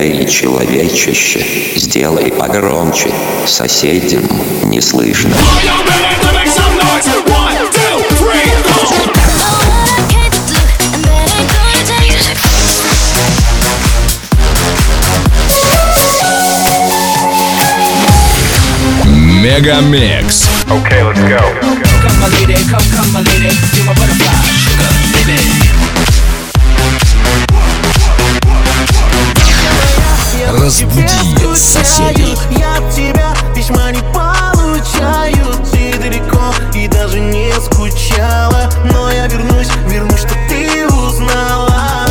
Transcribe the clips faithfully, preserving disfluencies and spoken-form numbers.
Эй, человечище, сделай погромче, соседям не слышно. Мегамикс. Okay, let's go. Come my lady, come, come my lady, you're my butterfly, sugar, baby. Разбуди соседей. Я от тебя письма не получаю. Ты далеко и даже не скучала. Но я вернусь, вернусь, что ты узнала.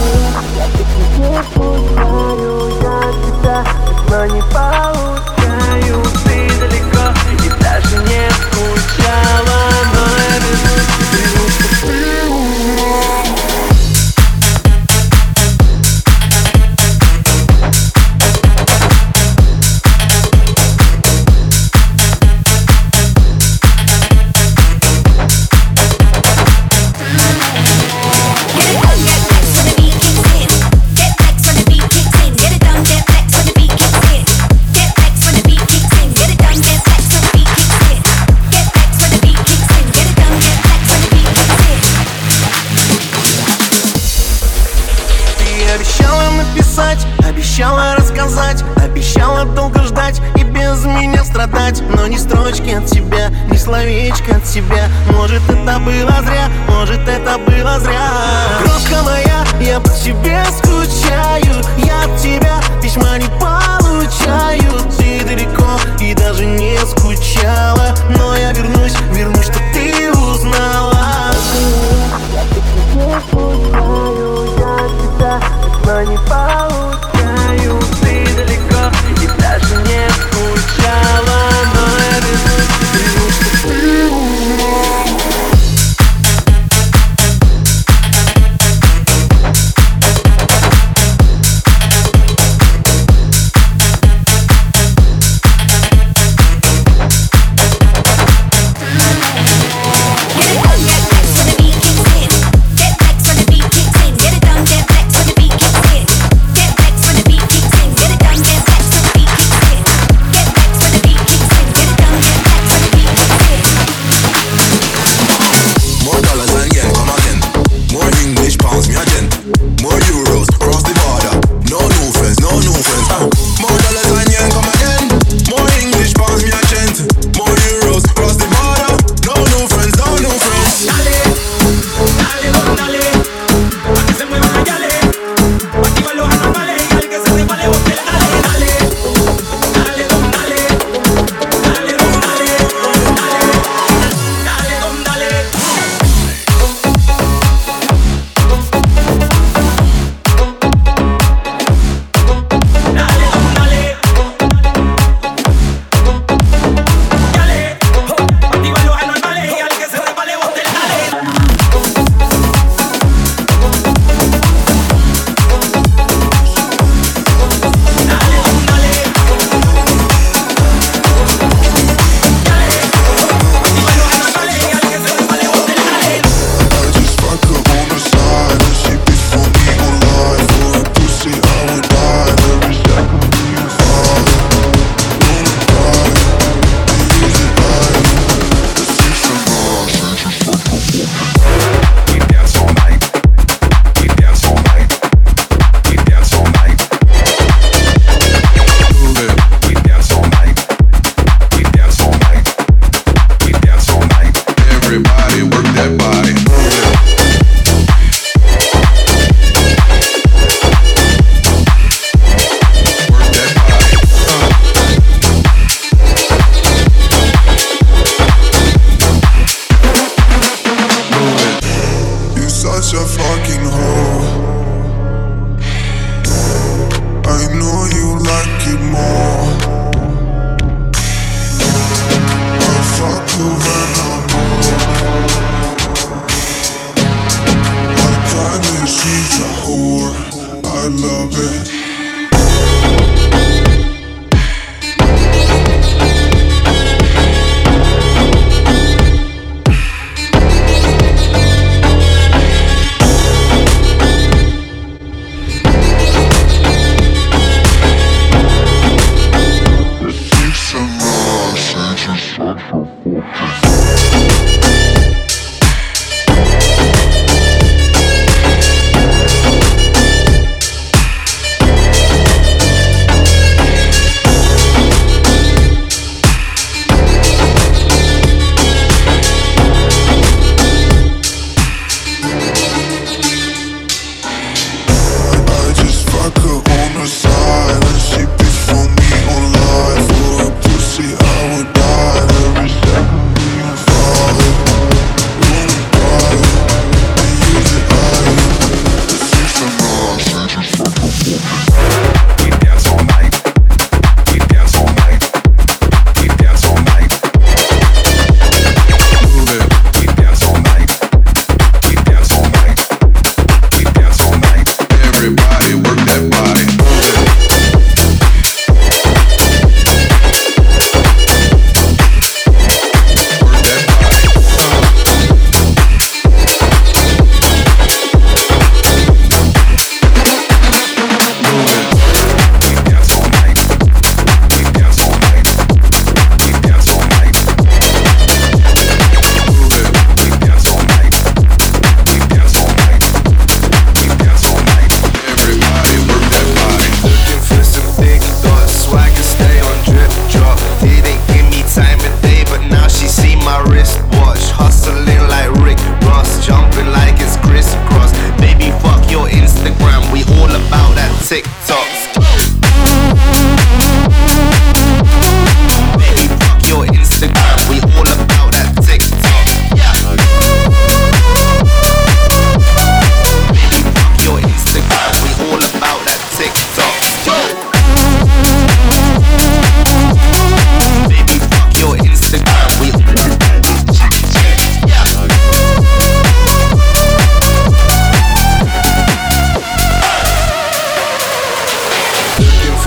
Я скучаю, я тебя письма не получаю. Ты далеко и даже не скучала. Но я вернусь, вернусь, что ты узнала. Обещала написать, обещала рассказать, обещала долго ждать и без меня страдать. Но ни строчки от тебя, ни словечко от тебя. Может, это было зря, может, это было зря. Крошка моя, я по тебе скучаю. Я от тебя письма не получаю. Ты далеко и даже не скучала. Но я вернусь, вернусь, что ты узнала. Но не получаю, ты далеко и даже не скучала. Но я вернусь, вернусь, что ты узнала.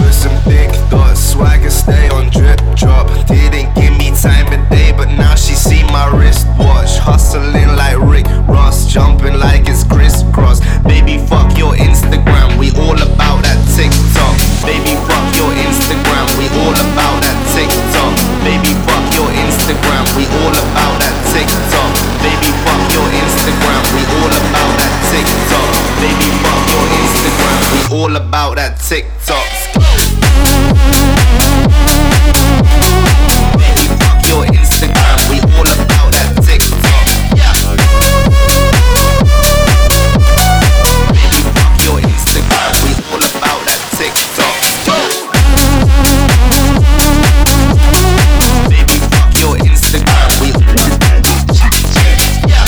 with some big thoughts, swagger stay on drip drop. Didn't give me time of day, but now she see my wristwatch. Hustling like Rick Ross, jumping like it's crisscross. Baby, fuck your Instagram, we all about that TikTok. Baby, fuck your Instagram, we all about that TikTok. Baby, fuck your Instagram, we all about that TikTok. Baby, fuck your Instagram, we all about that TikTok. Baby, fuck your Instagram, we all about that TikTok. Baby, fuck your Instagram, we all about that TikTok. Yeah. Baby, fuck your Instagram, we all about that TikTok. Baby, fuck your Instagram, we all about that TikTok. Yeah.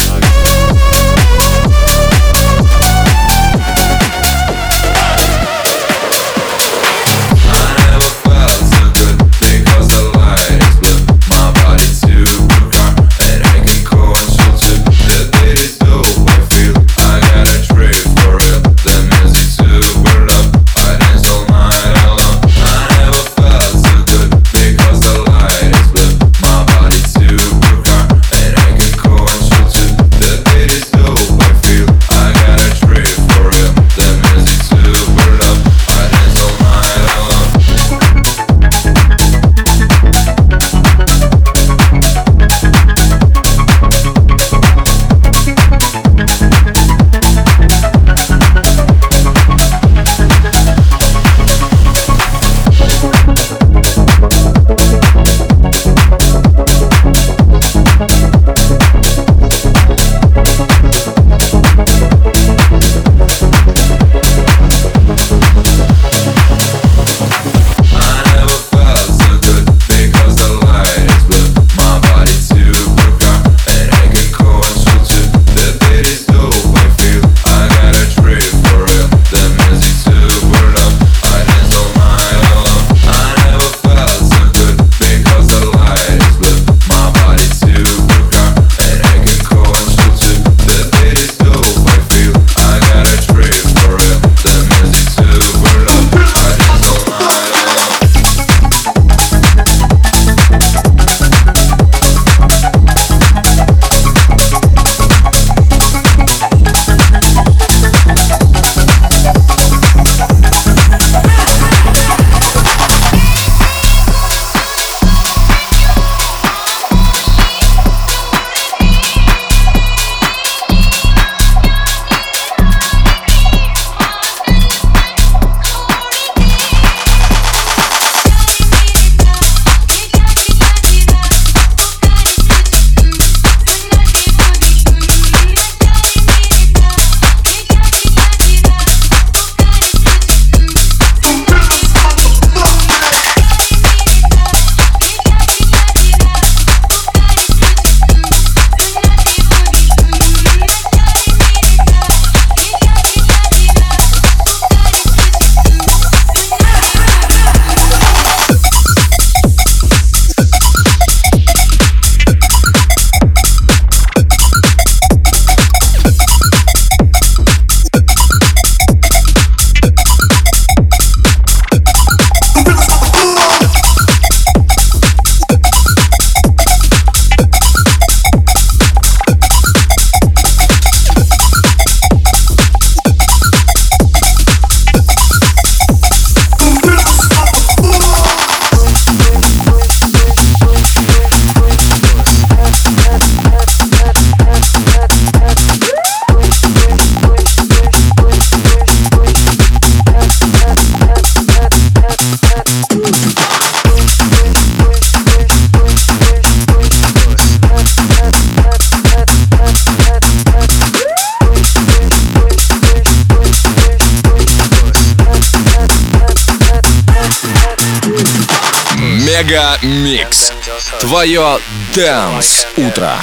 Мега Микс. Твое Dance утро.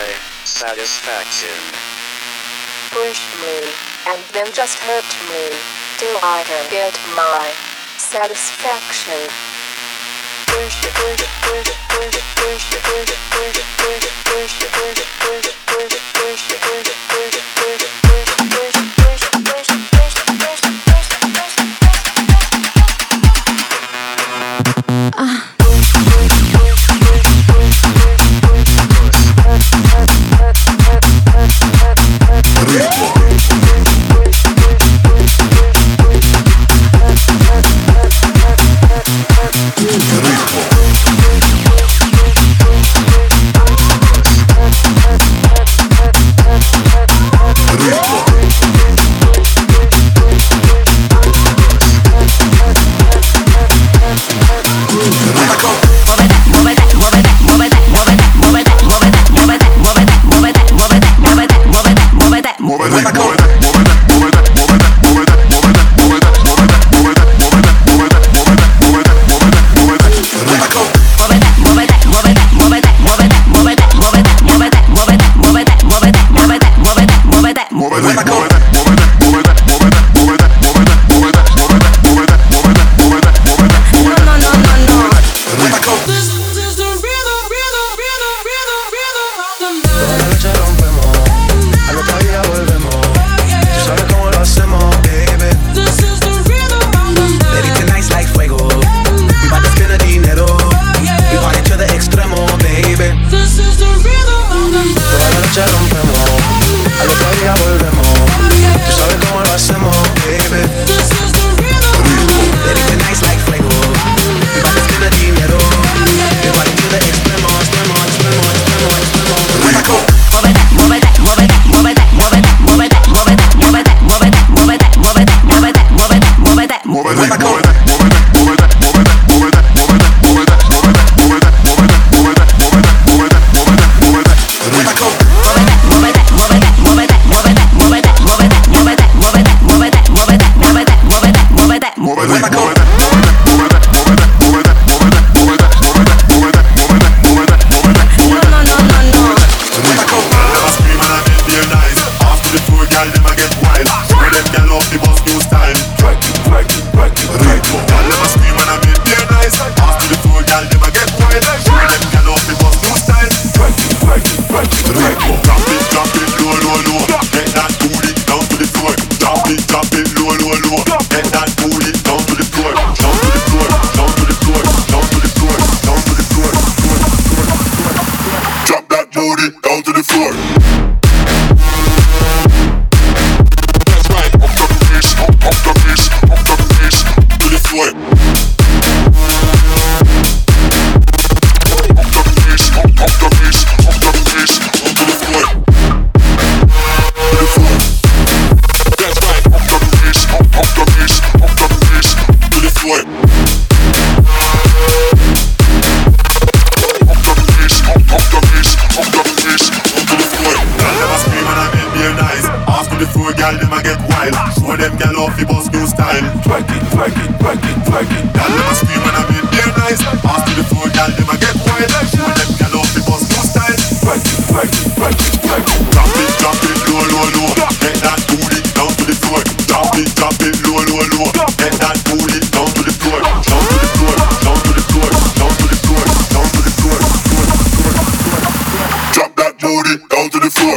Push me, and then just hurt me, till I can get my satisfaction. Push, push, push, push, push, push, push, push, push, push, push, push, push, push, push, push, push, push, push. Girl, them a get wild. Show them girl off the bus new style. Twerk it, twerk it, twerk it, twerk it. Girl, them a scream and I mean they're nice. Ask to the floor, girl, them a get wild. Show them girl off the bus new style. Twerk it, twerk it, twerk it, twerk it. Drop it, drop it, low, low, low. Get that booty down to the floor. Drop it, drop it, low, low, low. Get that booty down to the floor. Down to the floor, down to the floor, down to the floor, down to the floor. Drop that booty down to the floor.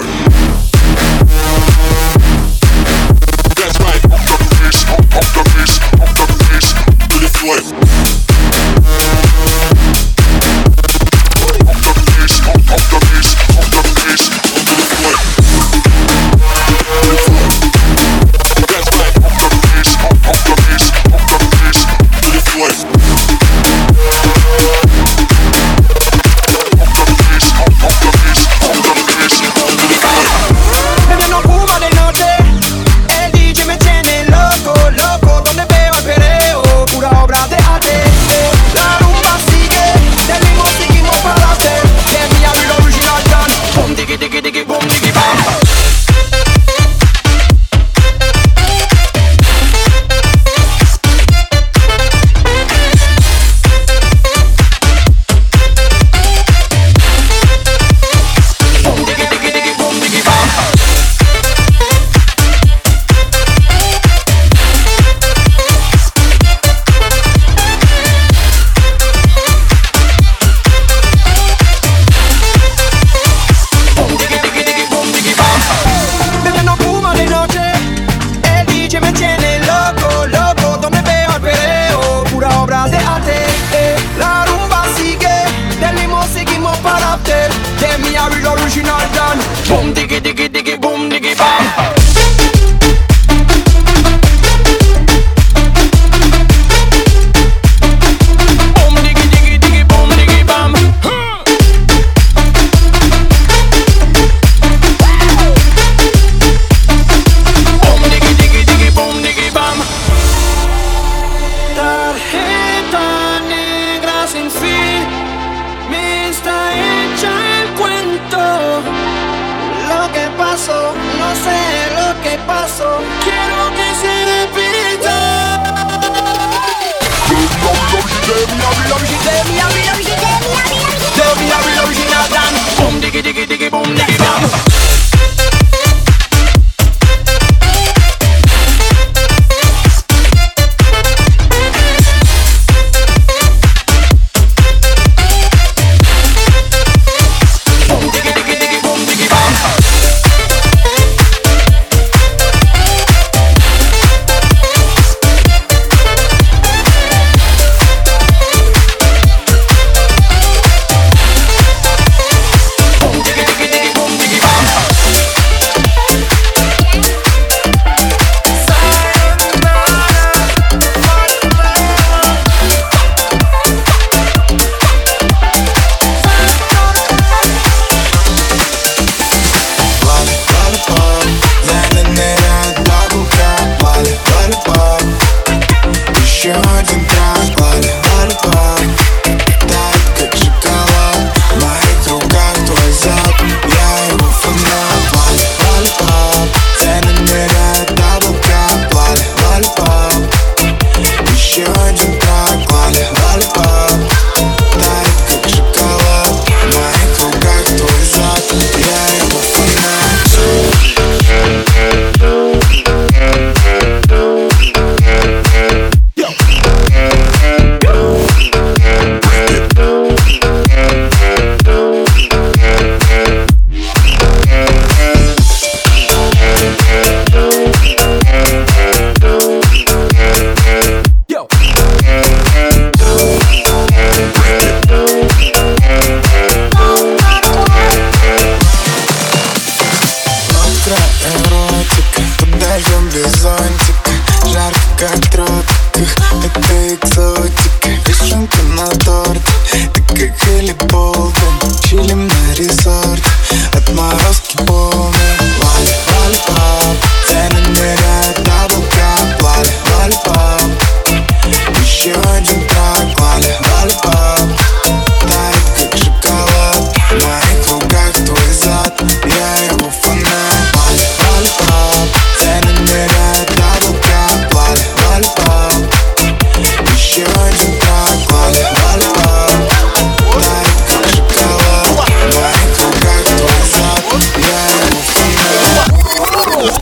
Еще один трак, лали, лалипап. Тает как шоколад, в моих руках твой зад. Я его фанат, лали, лалипап. Цены меряют облака, лали, лалипап. Еще один трак, лали, лалипап. Тает как шоколад, в моих руках твой зад. Я его фанат.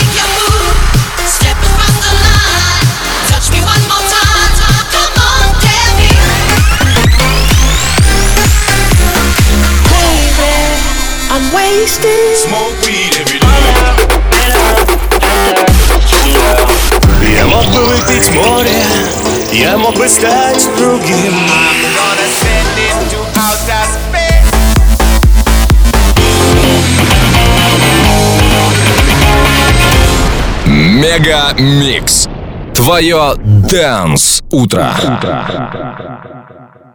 I'm wasted. Smoke weed every day. Я мог бы выпить море, я мог бы стать другим. I'm gonna send it to outer space. Мега Микс. Твое Dance утро.